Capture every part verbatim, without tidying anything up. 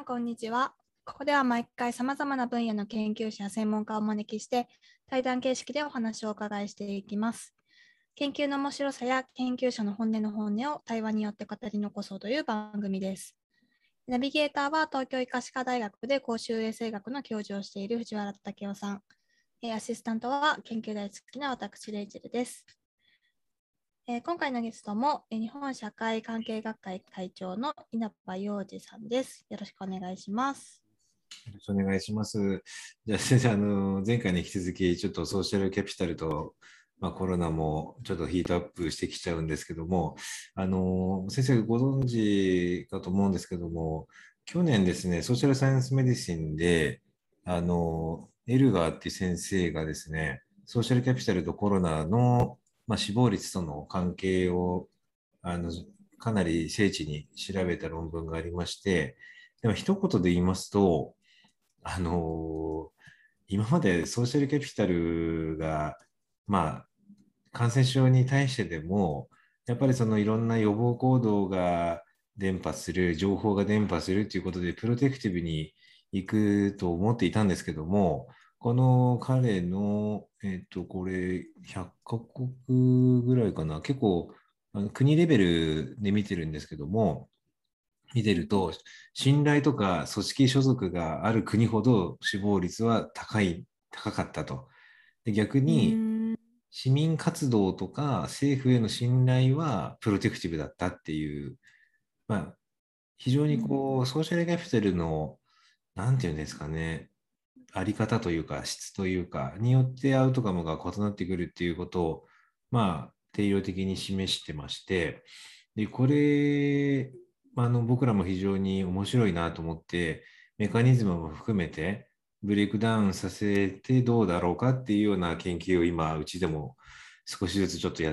こんにちは。ここでは毎回さまざまな分野の研究者や専門家をお招きして対談形式でお話をお伺いしていきます。研究の面白さや研究者の本音の本音を対話によって語り残そうという番組です。ナビゲーターは東京医科歯科大学で公衆衛生学の教授をしている藤原武雄さん。アシスタントは研究大好きな私、レイチェルです。今回のゲストも日本社会関係学会会長の稲葉洋二さんです。よろしくお願いします。 よろしくお願いします。じゃあ先生、あの前回に引き続きちょっとソーシャルキャピタルと、まあ、コロナもちょっとヒートアップしてきちゃうんですけども、あの先生ご存知かと思うんですけども、去年ですね、ソーシャルサイエンスメディシンで、あのエルガーっていう先生がですね、ソーシャルキャピタルとコロナの、まあ、死亡率との関係をあのかなり精緻に調べた論文がありまして、でも一言で言いますと、あのー今までソーシャルキャピタルが、まあ、感染症に対してでも、やっぱりそのいろんな予防行動が伝播する、情報が伝播するということで、プロテクティブに行くと思っていたんですけども、この彼の、えっと、これ、ひゃっカ国ぐらいかな、結構、あの国レベルで見てるんですけども、見てると、信頼とか組織所属がある国ほど死亡率は高い、高かったと。で逆うに、 ーん。 市民活動とか政府への信頼はプロテクティブだったっていう、まあ、非常にこう、ソーシャルキャピタルの、なんていうんですかね、あり方というか、質というか、によってアウトカムが異なってくるっていうことを、まあ、定量的に示してまして、で、これ、あの、僕らも非常に面白いなと思って、メカニズムも含めて、ブレイクダウンさせてどうだろうかっていうような研究を今、うちでも少しずつちょっとやって、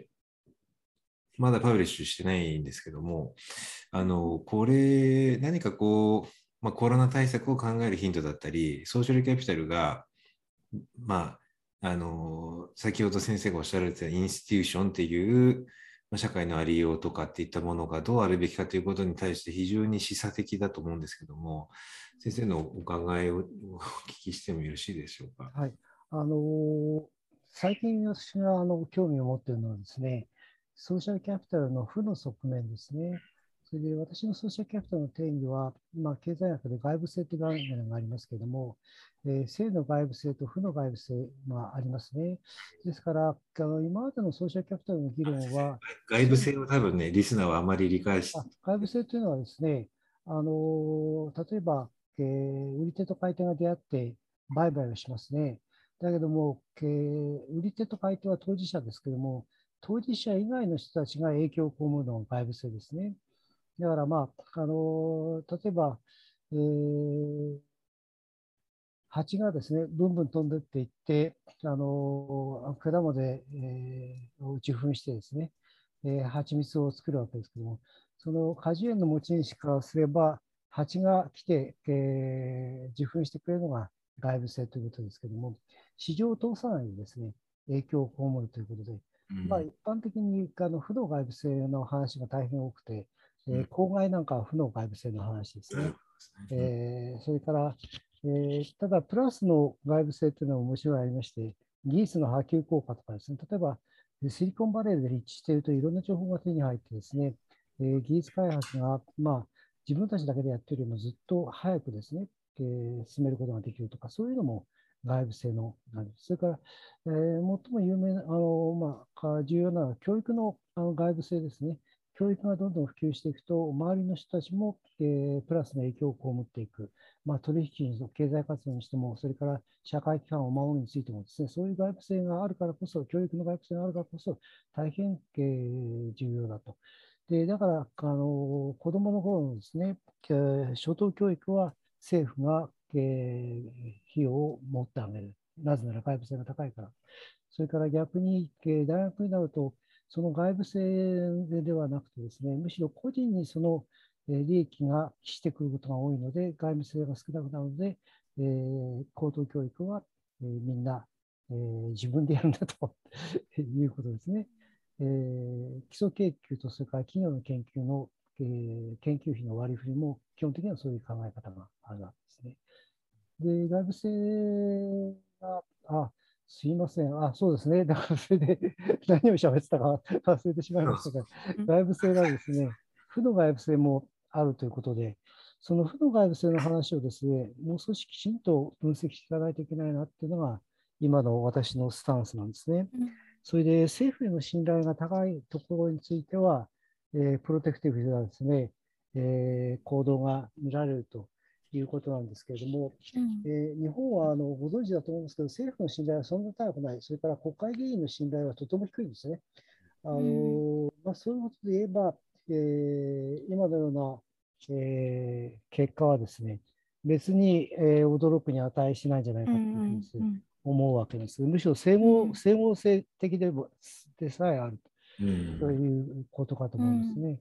まだパブリッシュしてないんですけども、あの、これ、何かこう、まあ、コロナ対策を考えるヒントだったり、ソーシャルキャピタルが、まあ、あの、先ほど先生がおっしゃられてたインスティテューションっていう、まあ、社会のありようとかっていったものがどうあるべきかということに対して非常に示唆的だと思うんですけども、先生のお考えをお聞きしてもよろしいでしょうか。 はい。あの最近私があの興味を持っているのはですね、ソーシャルキャピタルの負の側面ですね。それで私のソーシャルキャピタルの定義は、まあ、経済学で外部性という概念がありますけれども、えー正の外部性と負の外部性がありますね。ですから、あの今までのソーシャルキャピタルの議論は、 外部性を多分ね、リスナーはあまり理解し、 あ外部性というのはですね、あの例えば、えー売り手と買い手が出会って売買をしますね。だけども、えー売り手と買い手は当事者ですけども、当事者以外の人たちが影響を被るのが外部性ですね。だから、まあ、あの例えば、えー蜂がですね、ブンブン飛んでっていって、あの果物で、えー、を受粉してですね、えー、蜂蜜を作るわけですけども、その果樹園の持ち主からすれば、蜂が来て、えー、受粉してくれるのが外部性ということですけども、市場を通さないでですね、影響を被るということで、まあ、 うん、 一般的にあの負の外部性の話が大変多くて、えー、 うん、 公害なんかは負の外部性の話ですね。えー、それから、えー、ただ、プラスの外部性というのは面白いありまして、技術の波及効果とかですね、例えばシリコンバレーで立地しているといろんな情報が手に入ってですね、えー、技術開発が、まあ、自分たちだけでやっているよりもずっと早くですね、えー、進めることができるとか、そういうのも外部性のなんです。それから、えー、最も有名な、あのまあ、重要なのは教育のあの外部性ですね。教育がどんどん普及していくと、周りの人たちも、えー、プラスの影響を被っていく。まあ、取引に経済活動にしても、それから社会規範を守るについてもですね、そういう外部性があるからこそ、教育の外部性があるからこそ、大変、えー、重要だと。で、だから、あの子供の頃のですね、えー初等教育は政府が、えー費用を持ってあげる。なぜなら外部性が高いから。それから逆に、えー大学になると、その外部性ではなくてですね、むしろ個人にその利益が期してくることが多いので、外部性が少なくなるので、えー高等教育は、えーみんな、えー自分でやるんだということですね。えー基礎研究とそれから企業の研究の、ええー研究費の割り振りも基本的にはそういう考え方があるわけですね。で、外部性が、あ、すいません。あ、そうですね。だからそれで何を喋ってたか忘れてしまいましたが、外部性がですね、負の外部性もあるということで、その負の外部性の話をですね、もう少しきちんと分析していかないといけないなっていうのが、今の私のスタンスなんですね。それで政府への信頼が高いところについては、えープロテクティブなですね、えー行動が見られるということなんですけれども、 うんえー日本はあのご存知だと思うんですけど、政府の信頼はそんな高くない、それから国会議員の信頼はとても低いんですね。あのまあ、そういうことで言えば、えー今のような、えー結果はですね、別に、えー驚くに値しないんじゃないかというふうに思うわけです。むしろ整合、整合性的でもでさえあるうんということかと思いますね。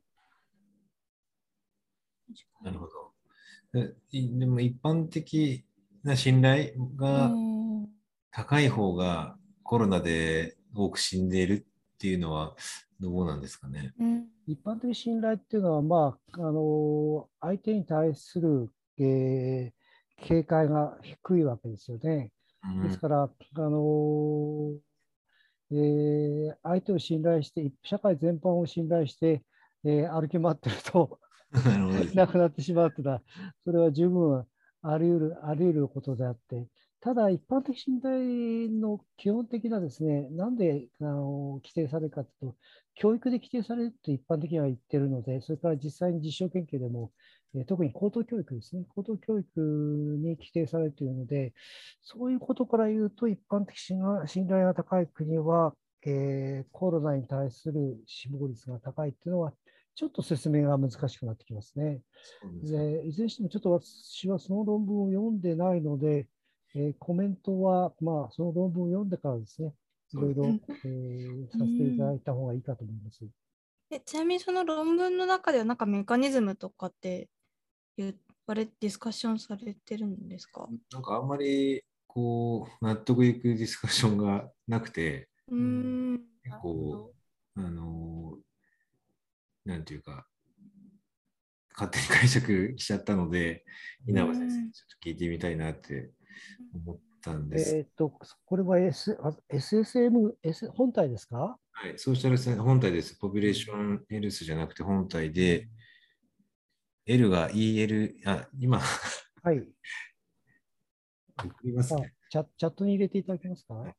なるほど。ででも一般的な信頼が高い方がコロナで多く死んでいるっていうのはどうなんですかね。 一般的信頼っていうのは、まあ、あの相手に対する、えー警戒が低いわけですよね。 うんですから、あのえー相手を信頼して、社会全般を信頼して、えー歩き回ってるとなるほどですね。 なくなってしまうというのは、それは十分あり得る、あり得ることであって、ただ一般的信頼の基本的なですね、なんであの規定されるかというと、教育で規定されると一般的には言ってるので、それから実際に実証研究でも、えー特に高等教育ですね、高等教育に規定されているので、そういうことから言うと、一般的信頼信頼が高い国は、えーコロナに対する死亡率が高いっていうのは、ちょっと説明が難しくなってきますね。 そうですね。 でいずれにしても、ちょっと私はその論文を読んでないので、えーコメントは、まあ、その論文を読んでからですね、いろいろ、えーさせていただいた方がいいかと思います。 えちなみにその論文の中ではなんかメカニズムとかって言われディスカッションされてるんですか？ なんかあんまりこう納得いくディスカッションがなくて、 うーん。 結構、あの、なんていうか、勝手に解釈しちゃったので、稲葉先生にちょっと聞いてみたいなって思ったんです。 えっと、これは、S、あ エスエスエム、S、本体ですか？ はい、ソーシャルセン本体です。ポピュレーションヘルスじゃなくて本体で、L が イーエル、あ、今、 はい。 送りますあね。 チャ、チャットに入れていただけますか？ はい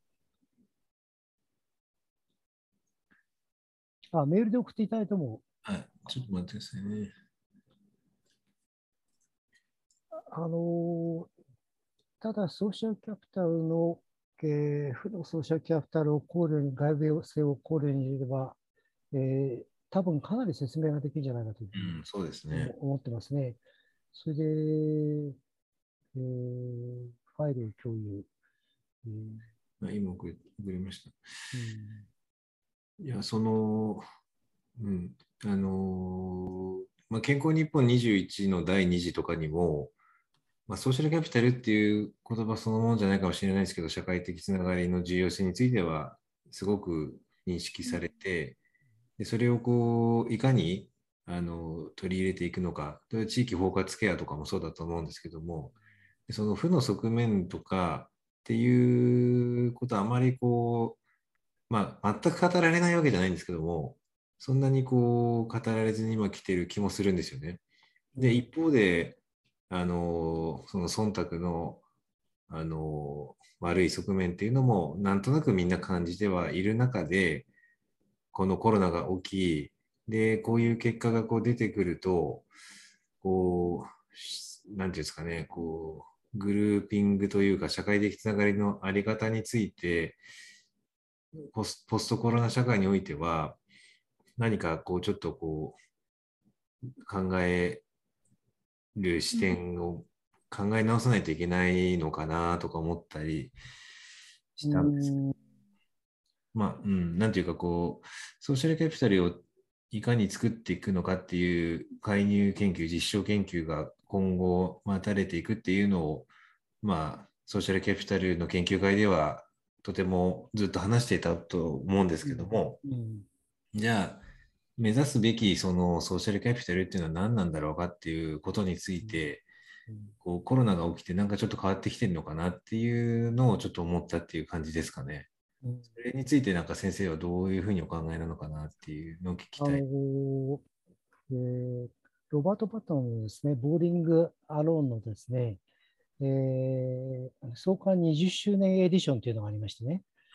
あ、メールで送っていただいても、 はい、ちょっと待ってくださいね。 あのーただ、ソーシャルキャピタルの、えー負のソーシャルキャピタルを考慮に、外部性を考慮に入れれば、えー多分かなり説明ができるんじゃないかというふうにうん、そうですね。 思ってますね。それで、えーファイルを共有。えーまあ今送り送りました。 うんいや、その、うん、あのーまあ、健康日本にじゅういちのだいに次とかにも、まあ、ソーシャルキャピタルっていう言葉そのものじゃないかもしれないですけど、社会的つながりの重要性についてはすごく認識されて、でそれをこういかにあの取り入れていくのか、地域包括ケアとかもそうだと思うんですけども、その負の側面とかっていうことはあまりこう、まあ、全く語られないわけじゃないんですけども、そんなにこう語られずに今来てる気もするんですよね。で、一方で、あのその忖度の、あの悪い側面っていうのもなんとなくみんな感じてはいる中で、このコロナが起き、で、こういう結果がこう出てくると、こう、なんていうんですかね、こう、グルーピングというか、社会的つながりのあり方について、ポスポストコロナ社会においては、何かこう、ちょっとこう、考える視点を考え直さないといけないのかなとか思ったりしたんです。まあ、うん、なんていうかこう、ソーシャルキャピタルをいかに作っていくのかっていう介入研究、実証研究が今後待たれていくっていうのを、まあ、ソーシャルキャピタルの研究会ではとてもずっと話していたと思うんですけども、 うんじゃあ、 目指すべきそのソーシャルキャピタルっていうのは何なんだろうかっていうことについて、 うんこうコロナが起きてなんかちょっと変わってきてるのかなっていうのをちょっと思ったっていう感じですかね。 うん、 それについてなんか先生はどういうふうにお考えなのかなっていうのを聞きあたい。 の、えーロバート・パトンのですね、ボーリング・アローンのですね、えー創刊にじゅっしゅうねんエディションというのがありましてね、 うん。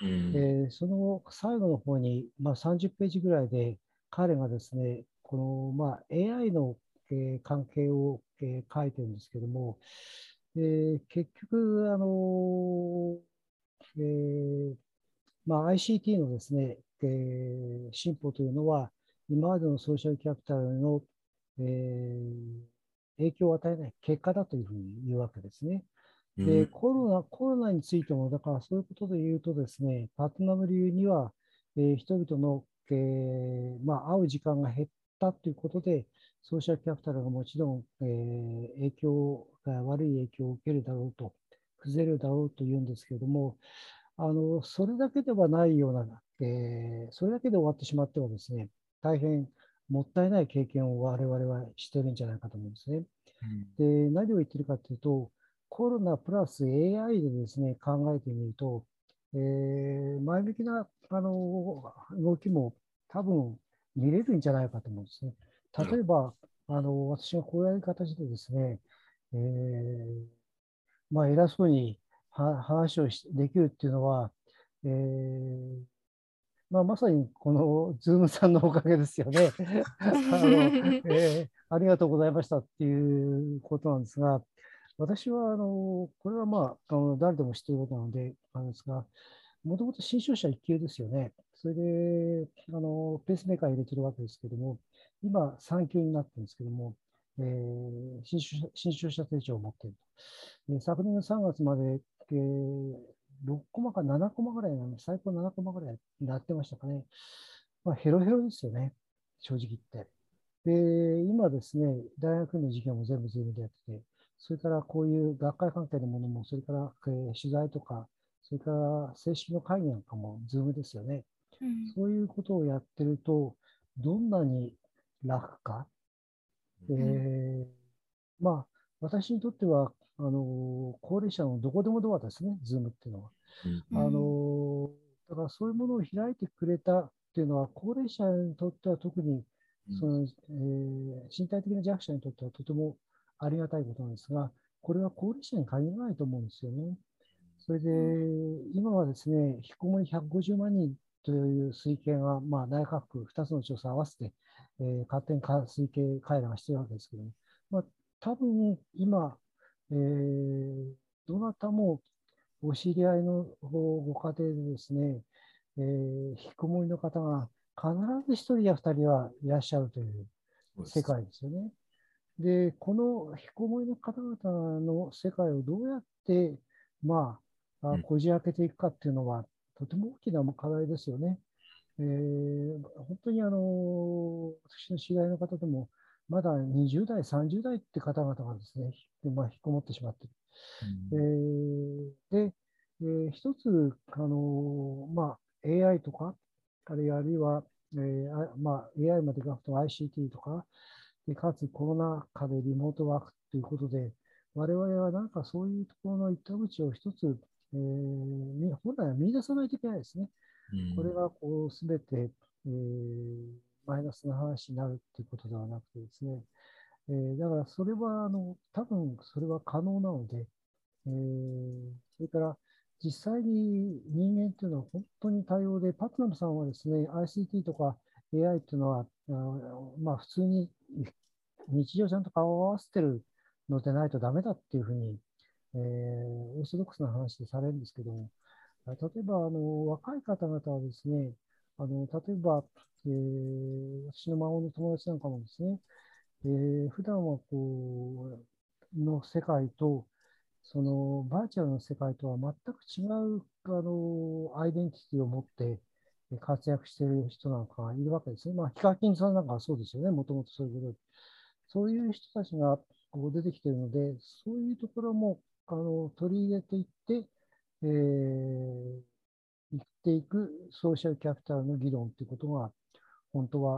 えーその最後の方に、まあ、さんじゅっページぐらいで、彼がですね、この、まあ、エーアイ の、えー関係を、えー書いてるんですけども、えー結局、あのえーまあ、アイシーティー のですね、えー進歩というのは、今までのソーシャルキャピタルの、えー影響を与えない結果だというふうに言うわけですね。で、 うん。 コロナ、コロナについても、だからそういうことで言うとですね、パートナーの理由には、えー人々の、えーまあ、会う時間が減ったということで、ソーシャルキャピタルがもちろん、えー影響が、悪い影響を受けるだろうと、崩れるだろうと言うんですけれども、あの、それだけではないような、えーそれだけで終わってしまってはですね、大変もったいない経験を我々はしてるんじゃないかと思うんですね。で、何を言ってるかというと、コロナプラス エーアイ でですね、考えてみると、えー前向きなあの動きも多分見れるんじゃないかと思うんですね。 なるほど。 例えば、あの私がこういう形でですね、えーまあ、偉そうには話をしできるっていうのは、えーまあ、まさにこのズームさんのおかげですよね。あの、えーありがとうございましたっていうことなんですが、私は、あの、これはまあ、あの誰でも知っていることなので、なんですが、もともと新商社いっ級ですよね。それで、あの、ペースメーカー入れてるわけですけども、今さん級になってるんですけども、えー新商社新商社手帳を持っていると。で昨年のさんがつまで、えーろくコマかななコマぐらいなの、最高ななコマぐらいやってましたかね。まあ、ヘロヘロですよね、正直言って。で、今ですね、大学の授業も全部ズームでやってて、それからこういう学会関係のものも、それから、えー取材とか、それから正式の会議なんかもズームですよね。 うん、 そういうことをやってると、どんなに楽か。えうん、 ーまあ、私にとっては、あの、高齢者のどこでもドアですね、ズームっていうのは。 うん。 あうん、 の、だからそういうものを開いてくれたっていうのは、高齢者にとっては特に、 うん。 その、えー身体的な弱者にとってはとてもありがたいことなんですが、これは高齢者に限らないと思うんですよね。それで、今はですね、引きこもりひゃくごじゅうまん人という推計が、まあ、内閣府ふたつの調査を合わせて、えー勝手にか推計彼らがしているわけですけども、まあ、多分今、えーどなたもお知り合いのごご家庭でですね、えー引きこもりの方が必ず一人や二人はいらっしゃるという世そうです。 界ですよね。で、この引きこもりの方々の世界をどうやって、まあ、あうん。 こじ開けていくかっていうのは、とても大きな課題ですよね。えー本当にあの、私の知り合いの方でも、まだにじゅう代、さんじゅう代って方々がですね、まあ、引きこもってしまっている。えうん。 ーで、えー一つ、あのまあ、エーアイ とか、あるいは、あるいは、えーあまあ、エーアイ までなくても アイシーティー とか、でかつコロナ禍でリモートワークということで、我々はなんかそういうところの糸口を一つ、えー、本来は見出さないといけないですね。 うん。 これがこう全て、えー、マイナスな話になるということではなくてですね、えー、だからそれはあの多分それは可能なので、えー、それから実際に人間というのは本当に多様で、パトナムさんはですね、アイシーティー とか エーアイ というのは、あまあ、普通に日常ちゃんと顔を合わせてるのでないとダメだっていうふうに、えー、オーソドックスな話でされるんですけども、例えばあの若い方々はですね、あの例えば、えー、私の孫の友達なんかもですね、えー、普段はこうの世界と、そのバーチャルの世界とは全く違うあのアイデンティティを持って活躍している人なんかがいるわけですね。まあ、ヒカキンさんなんかはそうですよね、もともとそういうことで。そういう人たちがこう出てきているので、そういうところもあの取り入れていって、えー、生きていくソーシャルキャピタルの議論ということが、本当は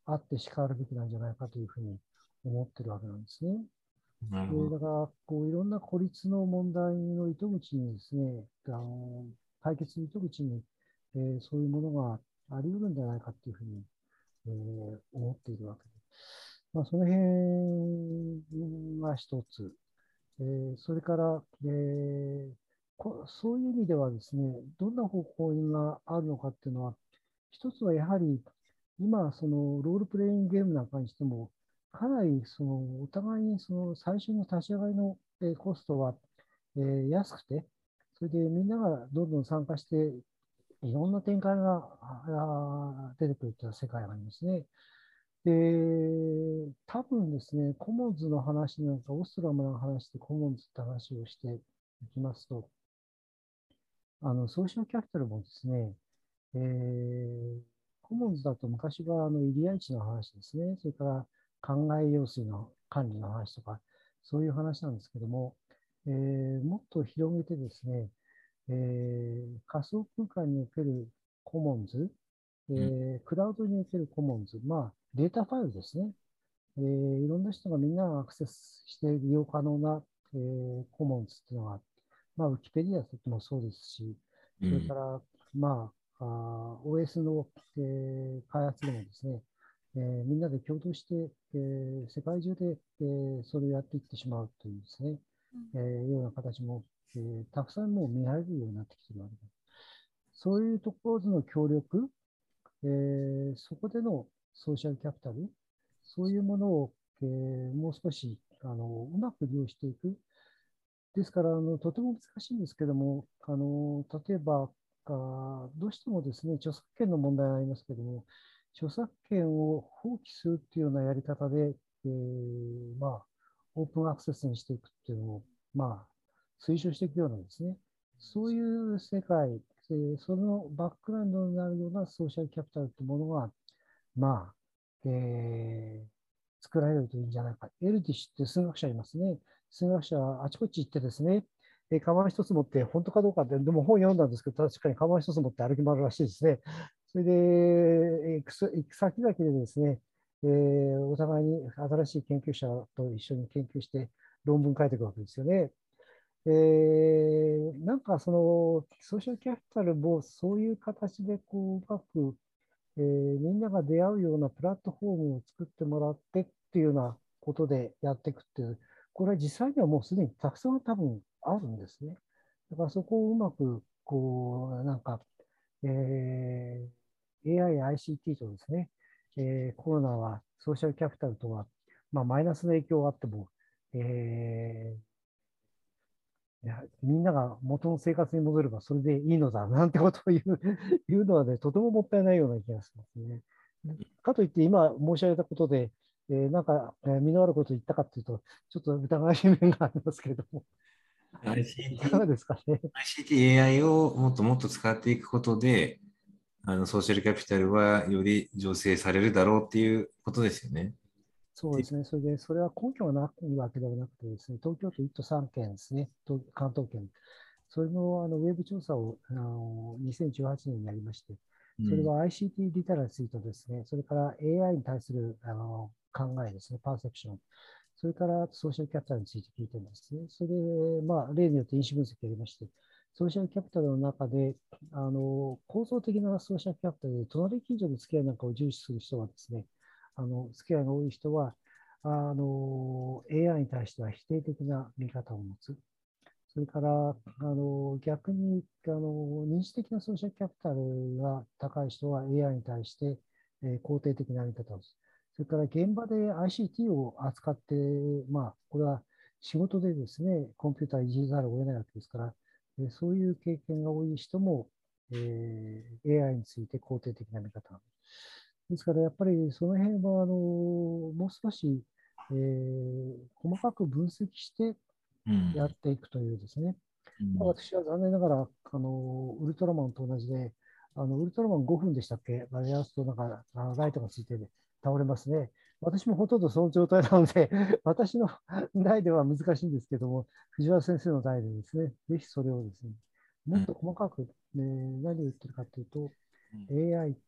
あってしかるべきなんじゃないかというふうに思ってるわけなんですね。で、 なるほど。 だから、こういろんな孤立の問題の糸口にですね、あの解決の糸口に、えーそういうものがあり得るんじゃないかっていうふうに、えー思っているわけで。まあ、その辺が一つ。えーそれから、えーこそういう意味ではですね、どんな方向があるのかっていうのは、一つはやはり、今、そのロールプレイングゲームなんかにしても、かなりそのお互いにその最初の立ち上がりのえーコストはえー安くて、それでみんながどんどん参加して、いろんな展開があ出てくるという世界がありますね。で、多分ですね、コモンズの話なんか、オーストラムの話でコモンズって話をしていきますと、あの、ソーシャルキャピタルもですね、えーコモンズだと昔はあの入り合い地の話ですね、それから灌漑用水の管理の話とか、そういう話なんですけども、えーもっと広げてですね、えー仮想空間におけるコモンズ、えうん。 ークラウドにおけるコモンズ、まあ、データファイルですね。えーいろんな人がみんながアクセスして利用可能な、えーコモンズっていうのが、まあ、ウィキペディアもそうですし、 うん。 それから、まあ、あ オーエス の、えー開発でもですね、えーみんなで共同して、えー世界中で、えーそれをやっていってしまうというですね、えーような形も、えーたくさんもう見られるようになってきているわけです。そういうところでの協力、えーそこでのソーシャルキャピタル、そういうものを、えーもう少しあのうまく利用していく。ですから、あのとても難しいんですけども、あの例えばあ、どうしてもですね、著作権の問題がありますけども、著作権を放棄するっていうようなやり方で、えーまあ、オープンアクセスにしていくっていうのを、まあ、推奨していくようなですね、そういう世界、えーそのバックグラウンドになるようなソーシャルキャピタルというものが、まあ、えー作られるといいんじゃないか。エルディッシュって数学者いますね。数学者はあちこち行ってですね、えー、カバン一つ持って、本当かどうかって、でも本読んだんですけど、確かにカバン一つ持って歩き回るらしいですね。それで、行く行く先々でですね、えーお互いに新しい研究者と一緒に研究して論文書いていくわけですよね。えーなんかそのソーシャルキャピタルもそういう形でこううまくえーみんなが出会うようなプラットフォームを作ってもらってっていうようなことでやっていくっていう、これは実際にはもうすでにたくさん多分あるんですね。だからそこをうまく、こう、なんか、えー エーアイ や アイシーティー とですね、えーコロナはソーシャルキャピタルとは、まあ、マイナスの影響があっても、えーいやみんなが元の生活に戻ればそれでいいのだなんてことを言う言うのはね、とてももったいないような気がしますね。かといって今申し上げたことで、えーなんか、えー身のあることを言ったかというと、ちょっと疑わしい面がありますけれども、いかアイシーティー、 がですかね。 アイシーティー、エーアイ をもっともっと使っていくことで、あのソーシャルキャピタルはより醸成されるだろうっていうことですよね。 そうですね。それで、それは根拠がないわけではなくてですね、東京都いっ都さん県ですね、東関東圏。それのあのウェブ調査をあのにせんじゅうはちねんにやりまして、 うん。 それは アイシーティー リテラシーとですね、それから エーアイ に対するあの考えですね、パーセプション、それからソーシャルキャピタルについて聞いてるんですね。それで、まあ、例によって因子分析をやりまして、ソーシャルキャピタルの中で、あの構造的なソーシャルキャピタルで、隣近所の付き合いなんかを重視する人はですね、あの付き合いが多い人は、あの エーアイ に対しては否定的な見方を持つ。それから、あの逆にあの認知的なソーシャルキャピタルが高い人は エーアイ に対して、えー肯定的な見方をする。それから現場で アイシーティー を扱って、まあ、これは仕事でですね、コンピューターいじらざるを得ないわけですから、えーそういう経験が多い人も、えー エーアイ について肯定的な見方。ですから、やっぱりその辺は、あのもう少し、えー細かく分析してうん。 やっていくというですね、 うん。 私は残念ながら、あの、ウルトラマンと同じで、あの、ウルトラマンごふんでしたっけあれやると、なんか、あのライトがついて倒れますね。私もほとんどその状態なので、私の代では難しいんですけども、藤原先生の代でですね、ぜひそれをですね、もっと細かく、ね、何を言ってるかというと、エーアイ と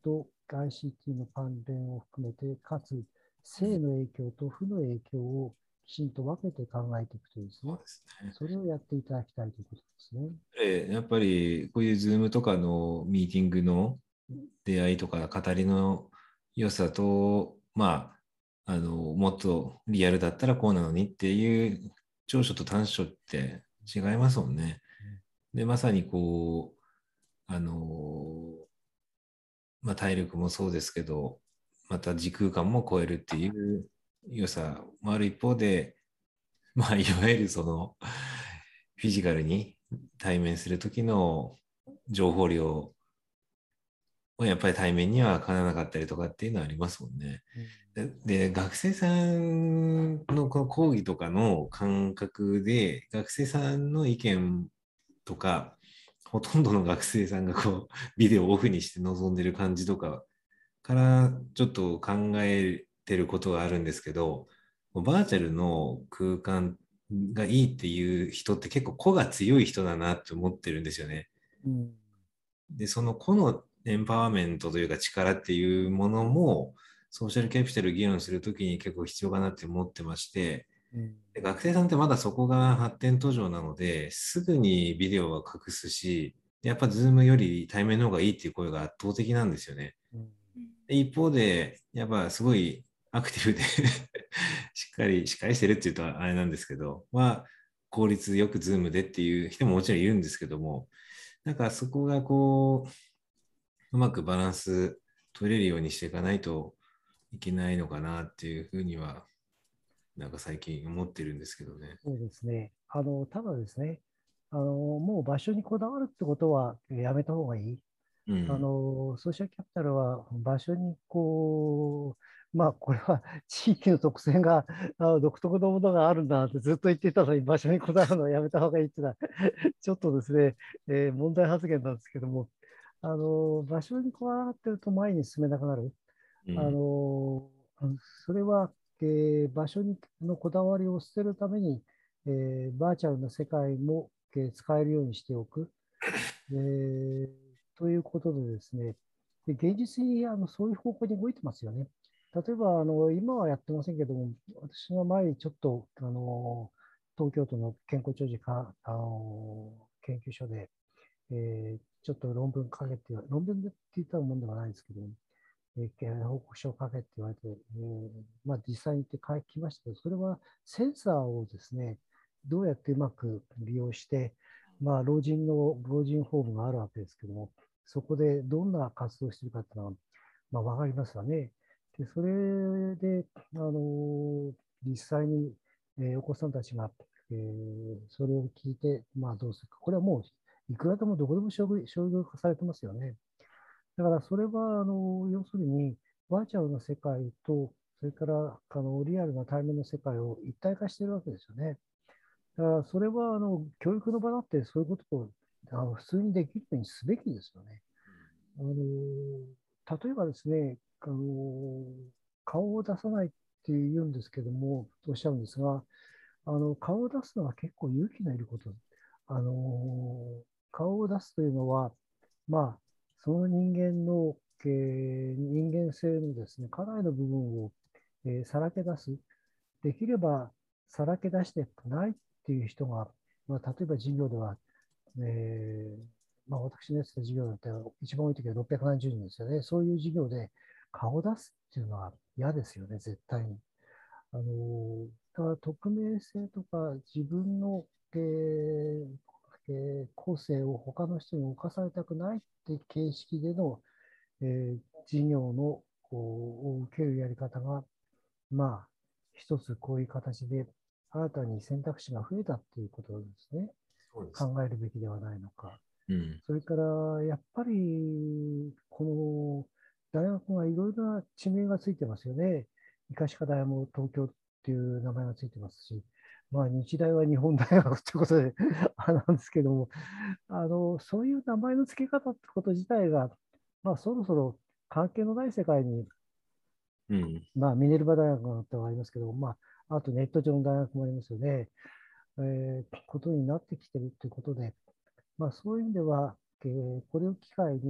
アイシーティー の関連を含めて、かつ正の影響と負の影響をきちんと分けて考えていくというですね、 そうですね。 それをやっていただきたいということですね。 えやっぱりこういう Zoom とかのミーティングの出会いとか語りの良さと、まあ、あのもっとリアルだったらこうなのにっていう長所と短所って違いますもんね。で、まさにこう、あの、まあ、体力もそうですけど、また時空間も超えるっていう良さもある一方で、まあ、いわゆるその、フィジカルに対面するときの情報量はやっぱり対面にはかなわなかったりとかっていうのはありますもんね。で、で学生さんのこの講義とかの感覚で、学生さんの意見とか、ほとんどの学生さんがこう、ビデオをオフにして臨んでる感じとかからちょっと考えてることがあるんですけど、バーチャルの空間がいいっていう人って結構個が強い人だなって思ってるんですよね。 うん、 で、その個のエンパワーメントというか力っていうものも、ソーシャルキャピタル議論するときに結構必要かなって思ってまして、 うん、 で学生さんってまだそこが発展途上なので、すぐにビデオは隠すし、やっぱズームより対面の方がいいっていう声が圧倒的なんですよね。 うん、 で一方で、やっぱすごいアクティブでしっかり、しっかりしてるっていうとあれなんですけど、まあ、効率よくズームでっていう人ももちろんいるんですけども、なんかそこがこう、うまくバランス取れるようにしていかないといけないのかなっていうふうには、なんか最近思ってるんですけどね。 そうですね。あの、ただですね、あの、もう場所にこだわるってことはやめた方がいい。あうん。 の、ソーシャルキャピタルは場所にこう、まあ、これは地域の特性が、あの独特のものがあるんだってずっと言ってたのに、場所にこだわるのはやめた方がいいっていうのは、ちょっとですね、えー問題発言なんですけども、あの、場所にこだわってると前に進めなくなる。あうん。 の、それは、えー場所にのこだわりを捨てるために、えーバーチャルな世界も、えー使えるようにしておく。えーということでですね、で現実にあのそういう方向に動いてますよね。例えば、あの今はやってませんけども、私が前にちょっとあの東京都の健康長寿かあの研究所で、えーちょっと論文書けって言われ、論文でって言ったもんではないですけど、えー報告書を書けって言われて、えーまあ、実際に行って書きましたけど、それはセンサーをですね、どうやってうまく利用して、まあ、老人の老人ホームがあるわけですけども、そこでどんな活動をしているかっていうのは、まあ、分かりますわね。で、それで、あのー実際に、えーお子さんたちが、えーそれを聞いて、まあ、どうするか。これはもう、いくらでもどこでも商業商業化されてますよね。だからそれは、あの、要するに、バーチャルの世界と、それから、あの、リアルな対面の世界を一体化しているわけですよね。だから、それは、あの、教育の場だってそういうことを、あの、普通にできるようにすべきですよね。あの、例えばですね、あの、顔を出さないって言うんですけども、おっしゃるんですが、あの、顔を出すのは結構勇気のいること。あの、顔を出すというのは、まあ、その人間の、えー人間性のですね、かなりの部分を、えーさらけ出す。できれば、さらけ出してないっていう人が、まあ、例えば授業では、えーまあ、私のやってた授業だったら一番多い時はろっぴゃくなんじゅうにんですよね。そういう授業で顔を出すっていうのは嫌ですよね、絶対に。あのだから匿名性とか自分の、えーえー個性を他の人に侵されたくないって形式での、えー授業のこうを受けるやり方が、まあ、一つこういう形で新たに選択肢が増えたっていうことですね。 そうです。 考えるべきではないのか。 うん。 それから、やっぱり、この大学がいろいろな地名がついてますよね。医科歯科大も東京っていう名前がついてますし、まあ、日大は日本大学ということであれなんですけども、あの、そういう名前の付け方ってこと自体が、まあ、そろそろ関係のない世界に、 うん。 まあ、ミネルバ大学なんてはありますけど、まあ、あとネット上の大学もありますよね。えーことになってきてるということで、まあ、そういう意味では、えーこれを機会に、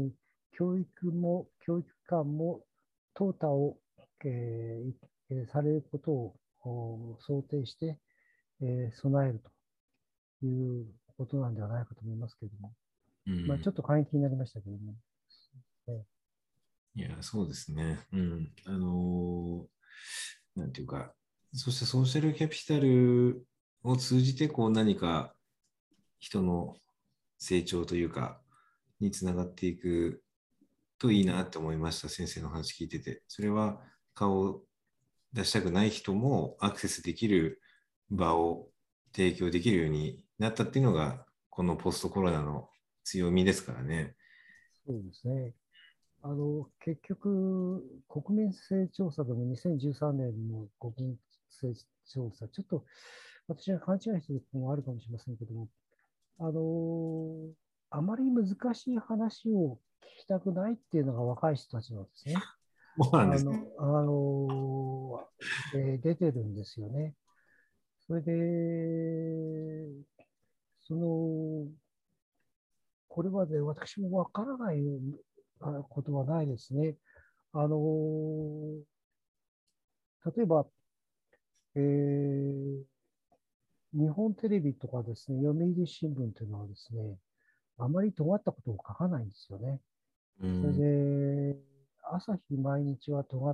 教育も、教育機関も、淘汰を、えー、されることを想定して、えー、備えるということなんではないかと思いますけれども、 うん、 まあ、ちょっと過激になりましたけども、ね。 いや、そうですね。うん。あのーなんていうか、そしてソーシャルキャピタルを通じて、こう何か人の成長というか、につながっていくといいなって思いました、先生の話聞いてて。それは顔を出したくない人もアクセスできる場を提供できるようになったっていうのが、このポストコロナの強みですからね。 そうですね。あの、結局、国民性調査でもにせんじゅうさんねんの国民性調査、ちょっと私は勘違いしていることもあるかもしれませんけども、あの、あまり難しい話を聞きたくないっていうのが若い人たちなんですね。 そうなんです。 あの、あの、で、出てるんですよね。それで、その、これはね、私もわからないことはないですね。あの、例えば、えー、日本テレビとかですね、読売新聞というのはですね、あまり尖ったことを書かないんですよね。それうん、 で、朝日毎日は尖って、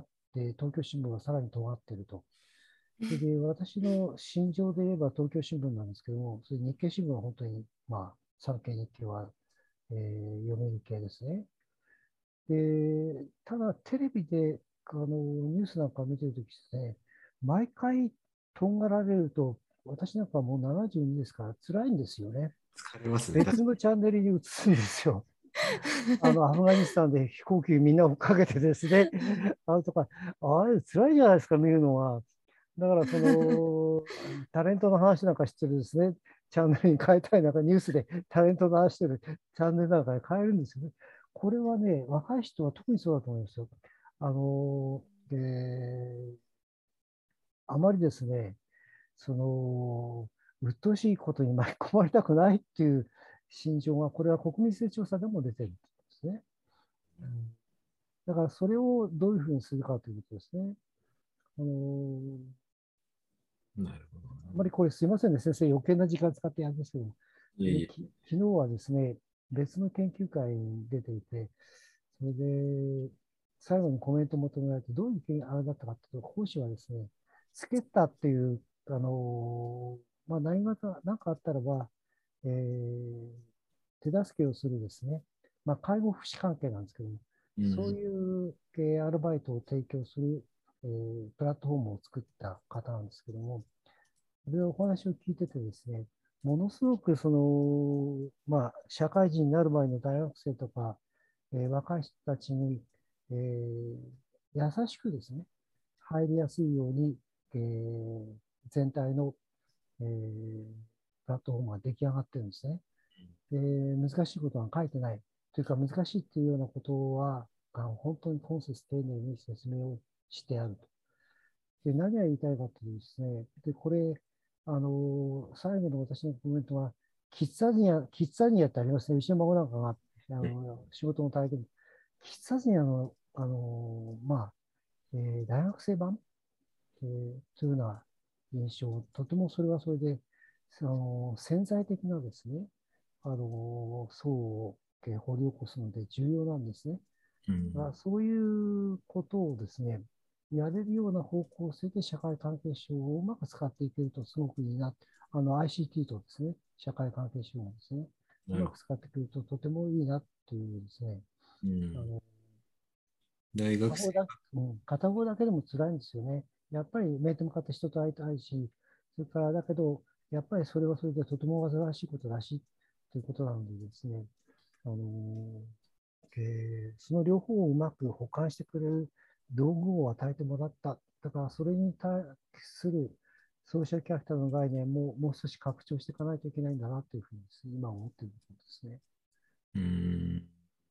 東京新聞はさらに尖っていると。それで、私の心情で言えば東京新聞なんですけども、それ日経新聞は本当に、まあ、産経日経は、えー、読売系ですね。で、ただ、テレビであのニュースなんかを見てるときですね、毎回とんがられると、私なんかもうななじゅうにですから辛いんですよね。 疲れますね。 別のチャンネルに移すんですよ。あの、アフガニスタンで飛行機みんなをかけてですね、あれとか、あれ辛いじゃないですか、見るのは。だから、その、タレントの話なんかしてるですね、チャンネルに変えたい、なんかニュースでタレントの話してるチャンネルなんかに変えるんですよね。これはね、若い人は特にそうだと思いますよ。あの、えーあまりですね、その、鬱陶しいことに巻き込まれたくないっていう心情が、これは国民性調査でも出てるんですね。うん、だからそれをどういうふうにするかということですね。あのなるほどあまりこれすいませんね、先生、余計な時間使ってやるんですけど、 いえいえ。 でき昨日はですね、別の研究会に出ていて、それで、最後にコメントを求められて、どういう意見あれだったかというと、講師はですね、スケッターっていう、あのまあ、何か、何かあったらば、えー手助けをするですね、まあ、介護福祉関係なんですけども、 うん、 そういう系アルバイトを提供する、えープラットフォームを作った方なんですけども、それをお話を聞いててですね、ものすごくその、まあ、社会人になる前の大学生とか、えー若い人たちに、えー優しくですね、入りやすいように、えー全体の、えープラットフォームが出来上がってるんですね。で、難しいことは書いてない。というか、難しいっていうようなことは、あの本当に今節丁寧に説明をしてあると。で、何が言いたいかというとですね、で、これ、あの、最後の私のコメントは、キッザニア、キッザニアってありますね。うちの孫なんかが、あの、仕事の体験、キッザニアの、あの、まあ、えー大学生版、えーというような印象、とてもそれはそれで、その潜在的なですね、あの、層をえー掘り起こすので重要なんですね。 うん、 だからそういうことをですね、やれるような方向性で社会関係省をうまく使っていけるとすごくいいな。あの アイシーティー とですね、社会関係省をですね、うなるほまく使ってくるととてもいいなというですね、 ど。うん、 あの大学生。 片方だ、うん、片方だけでも辛いんですよね。やっぱり面と向かって人と会いたいし、それからだけど、やっぱりそれはそれでとても煩わしいことらしいということなのでですね、あのえーその両方をうまく補完してくれる道具を与えてもらった。だからそれに対するソーシャルキャピタルの概念ももう少し拡張していかないといけないんだなというふうに今思っているところですね。 うん、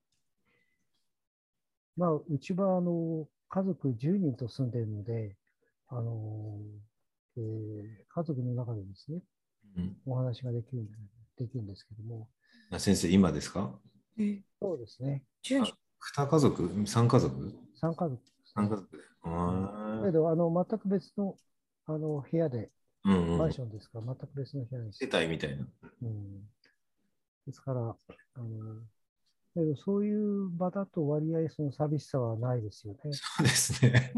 まあ、うちはあの家族じゅうにんと住んでいるので、あのえー家族の中でですね、 うん。 お話ができるできるんですけども、 あ、先生、今ですか？ え、 そうですね。 じゅうにあ、 に家族？ さん 家族？ さん家族ですさんね。 家族で。ああ。 だけど、あの全く別の、あの部屋で、マンうんうん。 ションですから、全く別の部屋に世住んで、 帯みたいな。 うん、ですから、あのだけどそういう場だと割合その寂しさはないですよね。 そうですね。 うん。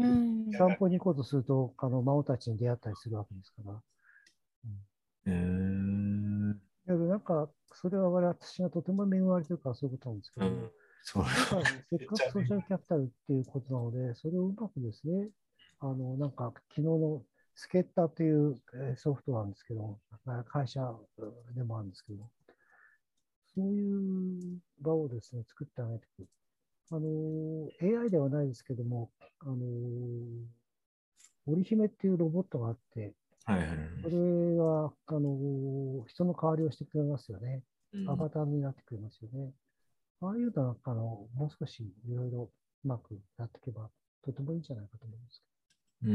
散歩に行こうとすると、あの孫たちに出会ったりするわけですから。うん、 えー、 だけどなんか、それは我々私がとても恵まれてるからそういうことなんですけうん。 ども、 そう。 なんかせっめっちゃね。 かくソーシャルキャピタルっていうことなので、それをうまくですね、あの、なんか昨日のスケッターというえーソフトなんですけど、会社でもあるんですけど、そういう場をですね、作ってあげていく。あの、エーアイ ではないですけども、あの、織姫っていうロボットがあって、 はいはいはい。 それは、あの、人の代わりをしてくれますよね。 うん。 アバターになってくれますよね。ああいうのは、あの、もう少しいろいろうまくやっていけば、とてもいいんじゃないかと思いますうん。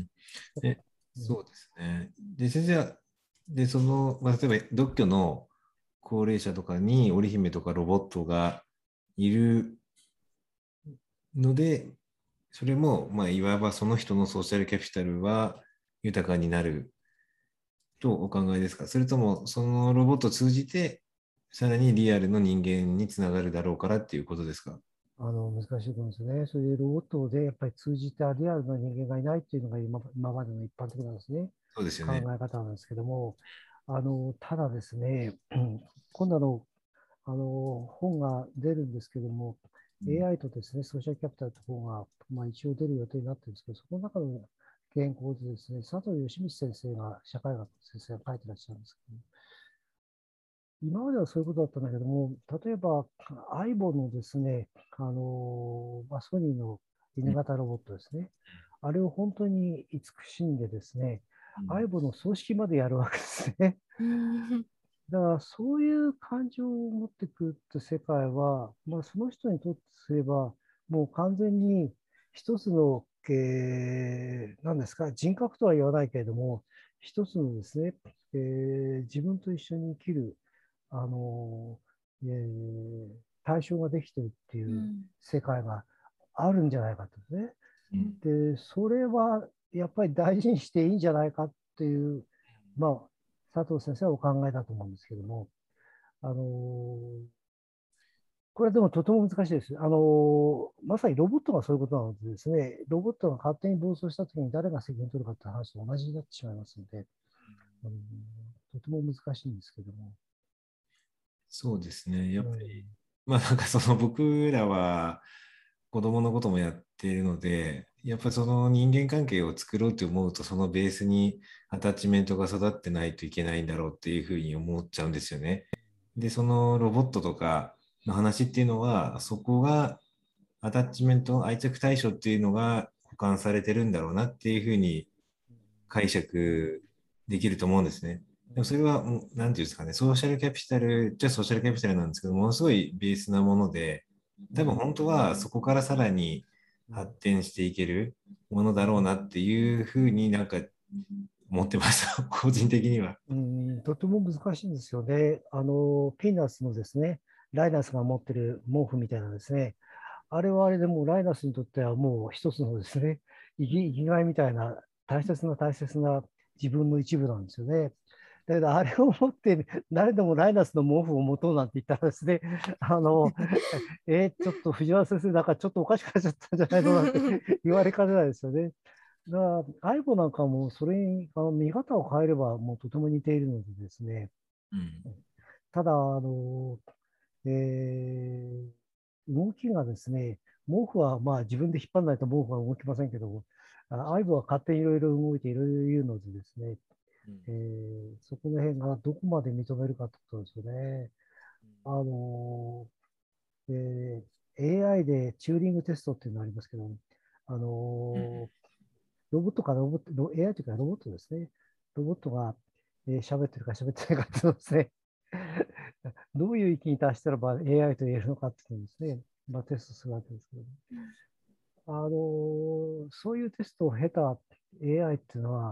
けど。 え、 うん、 そうですね。で、先生は、で、その、まあ、例えば、独居の高齢者とかに織姫とかロボットがいるので、それも、まあ、いわばその人のソーシャルキャピタルは豊かになるとお考えですか？それとも、そのロボットを通じて、さらにリアルの人間につながるだろうからっていうことですか？ あの、難しいと思うんですよね。それでロボットでやっぱり通じたリアルな人間がいないっていうのが今、今までの一般的なんですね。考そうですよね。 え方なんですけども、あの、ただですね、うん今度あの、あの、本が出るんですけども、 うん。 エーアイ とですね、ソーシャルキャピタルという本が、まあ、一応出る予定になってるんですけど、そこの中の原稿でですね、佐藤義道先生が、社会学の先生が書いてらっしゃるんですけど、今まではそういうことだったんだけども、例えば、アイボのですね、あの、まあ、ソニーのうん。 犬型ロボットですね、あれを本当に慈しんでですね、 うん。 アイボの葬式までやるわけですね。 うん。 だからそういう感情を持ってくるって世界は、まあ、その人にとってすれば、もう完全に一つの、えー、何ですか、人格とは言わないけれども、一つのですね、えー自分と一緒に生きる、あの、えー対象ができてるっていううん。 世界があるんじゃないかとね。 うん。 で、それはやっぱり大事にしていいんじゃないかっていう、まあ、佐藤先生はお考えだと思うんですけども、あのーこれでもとても難しいです。あのーまさにロボットがそういうことなのでですね、ロボットが勝手に暴走したときに誰が責任を取るかって話と同じになってしまいますので、あのーとても難しいんですけども。 そうですね。やっうん、 ぱり、まあなんかその僕らは子供のこともやっているので、やっぱりその人間関係を作ろうと思うと、そのベースにアタッチメントが育ってないといけないんだろうっていうふうに思っちゃうんですよね。で、そのロボットとかの話っていうのは、そこがアタッチメント、愛着対象っていうのが保管されてるんだろうなっていうふうに解釈できると思うんですね。でもそれは、もうなんていうんですかね、ソーシャルキャピタルじゃソーシャルキャピタルなんですけど、ものすごいベースなもので、多分本当はそこからさらに発展していけるものだろうなっていうふうになんか思ってました、個人的には。 うん、とても難しいんですよね。あの、ピーナッツのですね、ライナスが持ってる毛布みたいなですね、あれはあれでもうライナスにとってはもう一つのですね、生き生きがいみたいな大切な大切な自分の一部なんですよね。だけど、あれを持って、誰でもライナスの毛布を持とうなんて言ったらですね、あの、えーちょっと藤原先生、なんかちょっとおかしくなっちゃったんじゃないのなんて言われかねないですよね。だから、アイボなんかもそれにあの見方を変えればもうとても似ているのでですね、 うん。 ただ、あの、えー動きがですね、毛布はまあ自分で引っ張らないと毛布は動きませんけど、あアイボは勝手にいろいろ動いていろいろ言うのでですね、えーそこの辺がどこまで認めるかってことですよね。あの、えー エーアイ でチューリングテストっていうのがありますけど、あの、ロボットかロボット、ロ エーアイ というかロボットですね。ロボットがえー喋ってるか喋ってないかっていうのをですね、どういう域に達したらば エーアイ と言えるのかっていうのをですね、まあ、テストするわけですけど、あの、そういうテストを経た エーアイ っていうのは、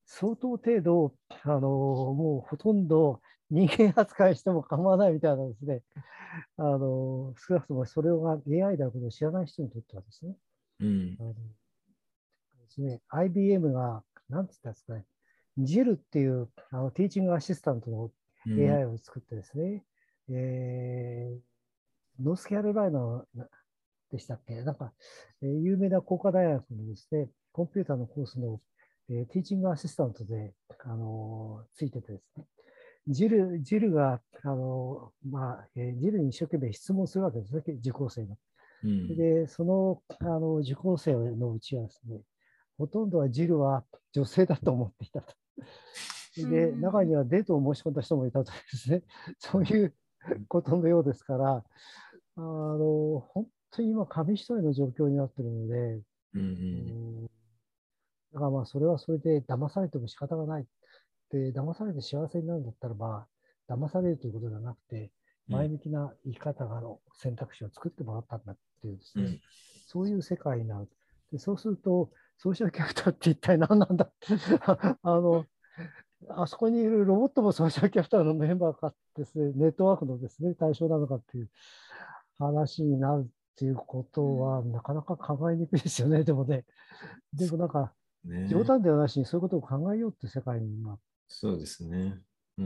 相当程度、あのもうほとんど人間扱いしても構わないみたいなですね、あの少なくともそれが エーアイ であることを知らない人にとってはですね、 うん。 あのですね アイビーエム が、なんて言ったんですかね、ジェル っていうあのティーチングアシスタントのうん。 エーアイ を作ってですね、えー、ノースカロライナでしたっけ、なんか、えー有名な工科大学のですね、コンピューターのコースの、えーティーチングアシスタントで、あのーついててですね、ジル、ジルが、あのーまあ、えージルに一生懸命質問するわけですね、受講生が。 うん。 で、その、あの受講生のうちはですね、ほとんどはジルは女性だと思っていたと。で、中にはデートを申し込んだ人もいたとですね、そういうことのようですから、あの、本当に今、紙一重の状況になっているので、 うん。ううん。 ん、だからまあ、それはそれで騙されても仕方がない。で、騙されて幸せになるんだったらば、騙されるということではなくて、 うん。 前向きな生き方の選択肢を作ってもらったんだっていうですね、 うん。 そういう世界になる。で、そうすると、ソーシャルキャピタルって一体何なんだあの、あそこにいるロボットもソーシャルキャピタルのメンバーかですね、ネットワークのですね、対象なのかっていう話になるっていうことは、なかなか考えにくいですよね、でもね。でもなんか、冗ね。 談ではなしにそういうことを考えようって世界に今、 そうですね。うん。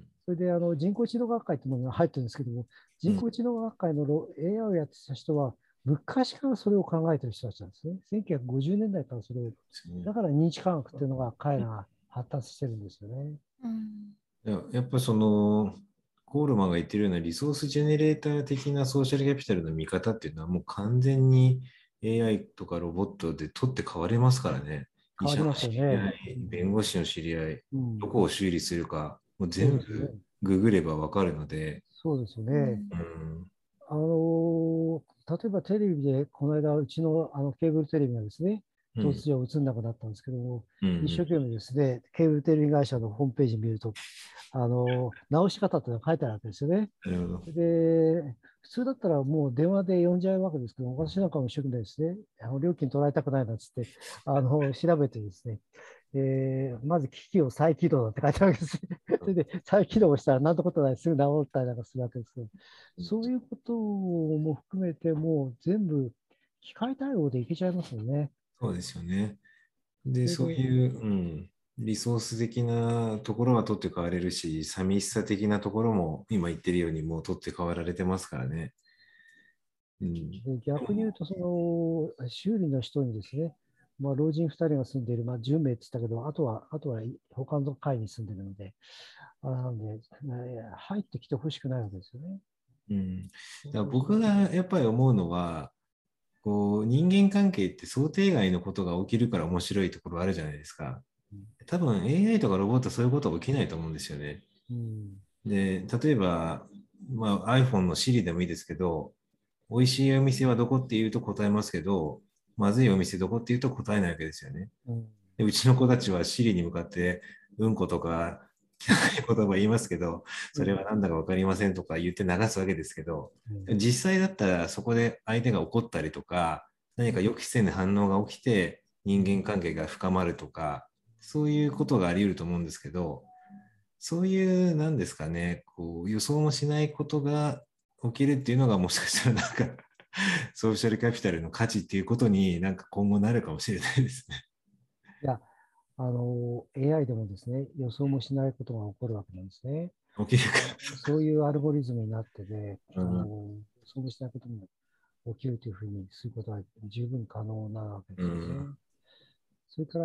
それであの人工知能学会っていうのが入ってるんですけども、 うん。 人工知能学会の エーアイ をやってた人は、昔からそれを考えてる人たちなんですね。せんきゅうひゃくごじゅうねんだいからそれを、 ですね。 だから認知科学っていうのが彼らが発達してるんですよね。 うんいや、やっぱその、コールマンが言ってるようなリソースジェネレーター的なソーシャルキャピタルの見方っていうのはもう完全に エーアイ とかロボットで取って代われますからね。医者の変わりますよね。 知り合い、弁護士の知り合い、 うん、 どこを修理するか、もう全そうですよね。 部ググればわかるので、 そうですよね。 うん、 あの例えばテレビで、この間、うちのあのケーブルテレビがですね、 うん、 突如映んなくなったんですけども、 うん、 一生懸命ですね、ケーブルテレビ会社のホームページ見ると、あの直し方っていうのが書いてあるわけですよね。 なるほど。 で、普通だったらもう電話で呼んじゃうわけですけど、私なんかも一生懸命ですね、あの料金取られたくないなっつって、あの調べてですね、えーまず機器を再起動だって書いてあるわけですね。それで再起動したらなんてことないすぐ治ったりなんかするわけですけど、そういうことも含めてもう全部機械対応でいけちゃいますよね。 そうですよね。で、 それで、 そういう、うん、リソース的なところは取って代われるし、寂しさ的なところも今言ってるようにもう取って代わられてますからね。うん。 で逆に言うと、その修理の人にですね、まあ、老人ふたりが住んでいる、まあ、じゅうめいって言ったけど、あとは、あとは他の階に住んでるので、あなんで、入ってきてほしくないわけですよね。 うん、だから僕がやっぱり思うのは、こう人間関係って想定外のことが起きるから面白いところあるじゃないですか。多分 エーアイ とかロボットはそういうことは起きないと思うんですよね。 うん、 で、例えば、まあ、iPhone の Siri でもいいですけど、美味しいお店はどこって言うと答えますけど、まずいお店どこって言うと答えないわけですよね。 うん、 でうちの子たちは Siri に向かって、うんことか汚い言葉言いますけど、それは何だか分かりませんとか言って流すわけですけど、 うん、 実際だったらそこで相手が怒ったりとか、何か予期せぬ反応が起きて人間関係が深まるとか、そういうことがあり得ると思うんですけど、そういう、なんですかね、こう予想もしないことが起きるっていうのがもしかしたらなんかソーシャルキャピタルの価値っていうことになんか今後なるかもしれないですね。 いや、あの、エーアイ でもですね、予想もしないことが起こるわけなんですね。 起きるかそういうアルゴリズムになってで、 ら。 あうん。 の、予想もしないことも起きるというふうにすることは十分可能なわけでうすよね。 ん。 それから、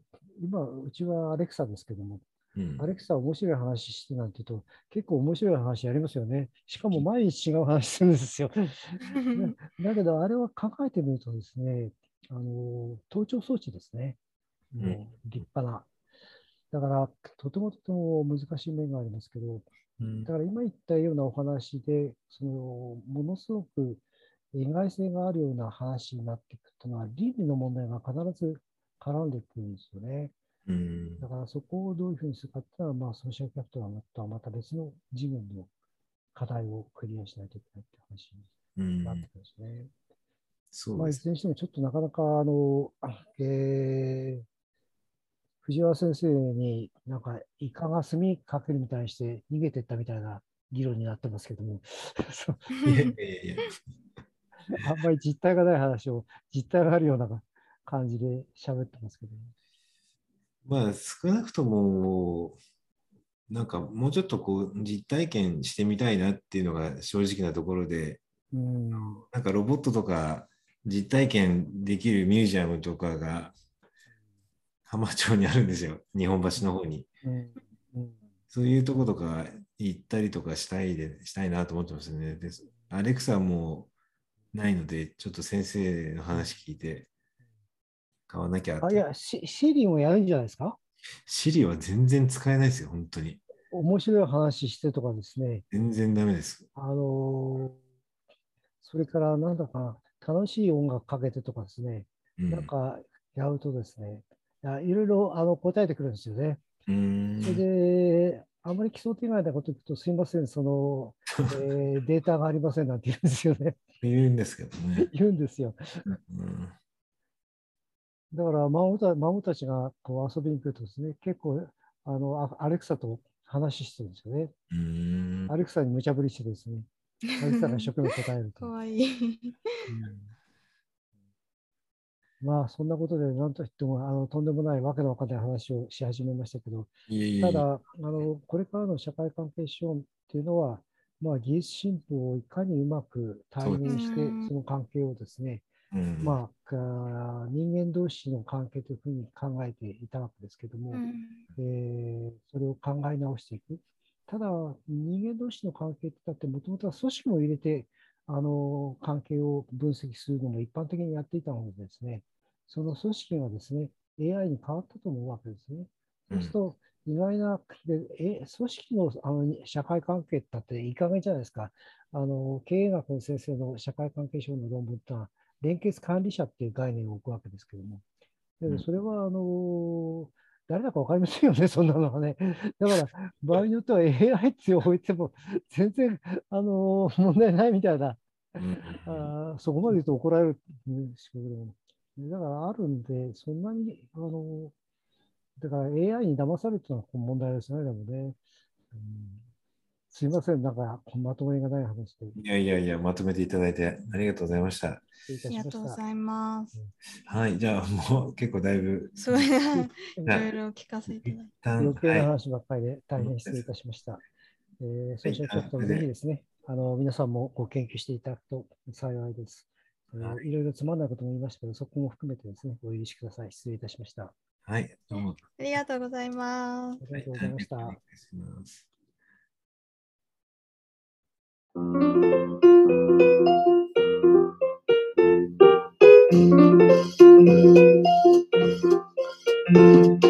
今、うちはアレクサですけども、 うん。 アレクサ面白い話してなんて言うと、結構面白い話やりますよね。しかも毎日違う話するんですよ。だだけど、あれは考えてみるとですね、あの、盗聴装置ですね。 うん。 もう立派な。だから、とてもとても難しい面がありますけど、 うん。 だから今言ったようなお話で、そのものすごく意外性があるような話になっていくというのは、倫理の問題が必ず絡んでくるんですよね。 うん。 だからそこをどういうふうにするかっていうのは、まあ、ソーシャルキャピタルとはまた別の次元の課題をクリアしないといけないっていう話にうん。 なってくるんですね。まあ、いそうです。 ずれにしてもちょっとなかなか、あの、あえー藤原先生になんかイカが墨かけるみたいにして逃げてったみたいな議論になってますけども、 いやいやいや。 あんまり実態がない話を実態があるような感じで喋ってますけど、ね、 まあ少なくともなんかもうちょっとこう実体験してみたいなっていうのが正直なところで、 うん、 なんかロボットとか実体験できるミュージアムとかが浜町にあるんですよ、日本橋の方に。 うんうん、 そういうとことか行ったりとかしたいでしたいなと思ってますね。で、アレクサもないので、ちょっと先生の話聞いて買わなきゃと。 あ、いや、シシリもやるんじゃないですか。 シリは全然使えないですよ、本当に。 面白い話してとかですね、 全然ダメです。 あのーそれからなんだかな、楽しい音楽かけてとかですね、 うん、 なんかやるとですね、いやいろいろあの答えてくるんですよね。 うーん。 それで、あまり奇想天外なこと言うと、すみません、その、えーデータがありませんなんて言うんですよね。 言うんですけどね。 言うんですよ。 うん、 だから孫た、孫たちがこう遊びに来るとですね、結構あのアレクサと話してるんですよね。 うーん。 アレクサに無茶ぶりしてですね、アレクサが一生懸命答えると。 かわいい。 うんまあ、そんなことで、なんといっても、あの、とんでもないわけのわかんない話をし始めましたけど、 いえいえいえ。 ただ、あの、これからの社会関係資本っていうのは、まあ、技術進歩をいかにうまく対そうです。 面して、その関係をですね、 うん、 まあ、人間同士の関係というふうに考えていたわけですけども、 うんえーそれを考え直していく。ただ、人間同士の関係ってだって、もともとは組織も入れて、あの、関係を分析するのも一般的にやっていたのでですね、その組織がですね、エーアイ に変わったと思うわけですね。そうすると、意外な、でえ組織のあの社会関係ってだっていい加減じゃないですか。あの経営学の先生の社会関係省の論文ってのは、連結管理者っていう概念を置くわけですけども、でもそれはあの誰だか分かりませんよね、そんなのはね。だから、場合によっては エーアイ って置いても全然あの問題ないみたいな、 うん、 あそこまで言うと怒られる仕事でも。だからあるんで、そんなに、あの、だから エーアイ に騙されるというのは問題ですね、でもね。うん、すいません、なんかまとめがない話で。 いやいやいや、まとめていただいてありがとうございました。 失礼いたありがしました。 とうございます。 はい、じゃあもう結構だいぶ、 すごいな、いじゃあろいろ聞かせていただいて。 一旦、 余計なはい、 話ばっかりで大変失礼いたしました。えー、そうしたらちょっとぜひですね、あの皆さんもご研究していただくと幸いです。えー、いろいろつまんないことも言いましたけど、そこも含めてですね、お許しください。失礼いたしました。あはい、どうも。 ありがとうございます。 りがとうございました。 お願いします。Thank you.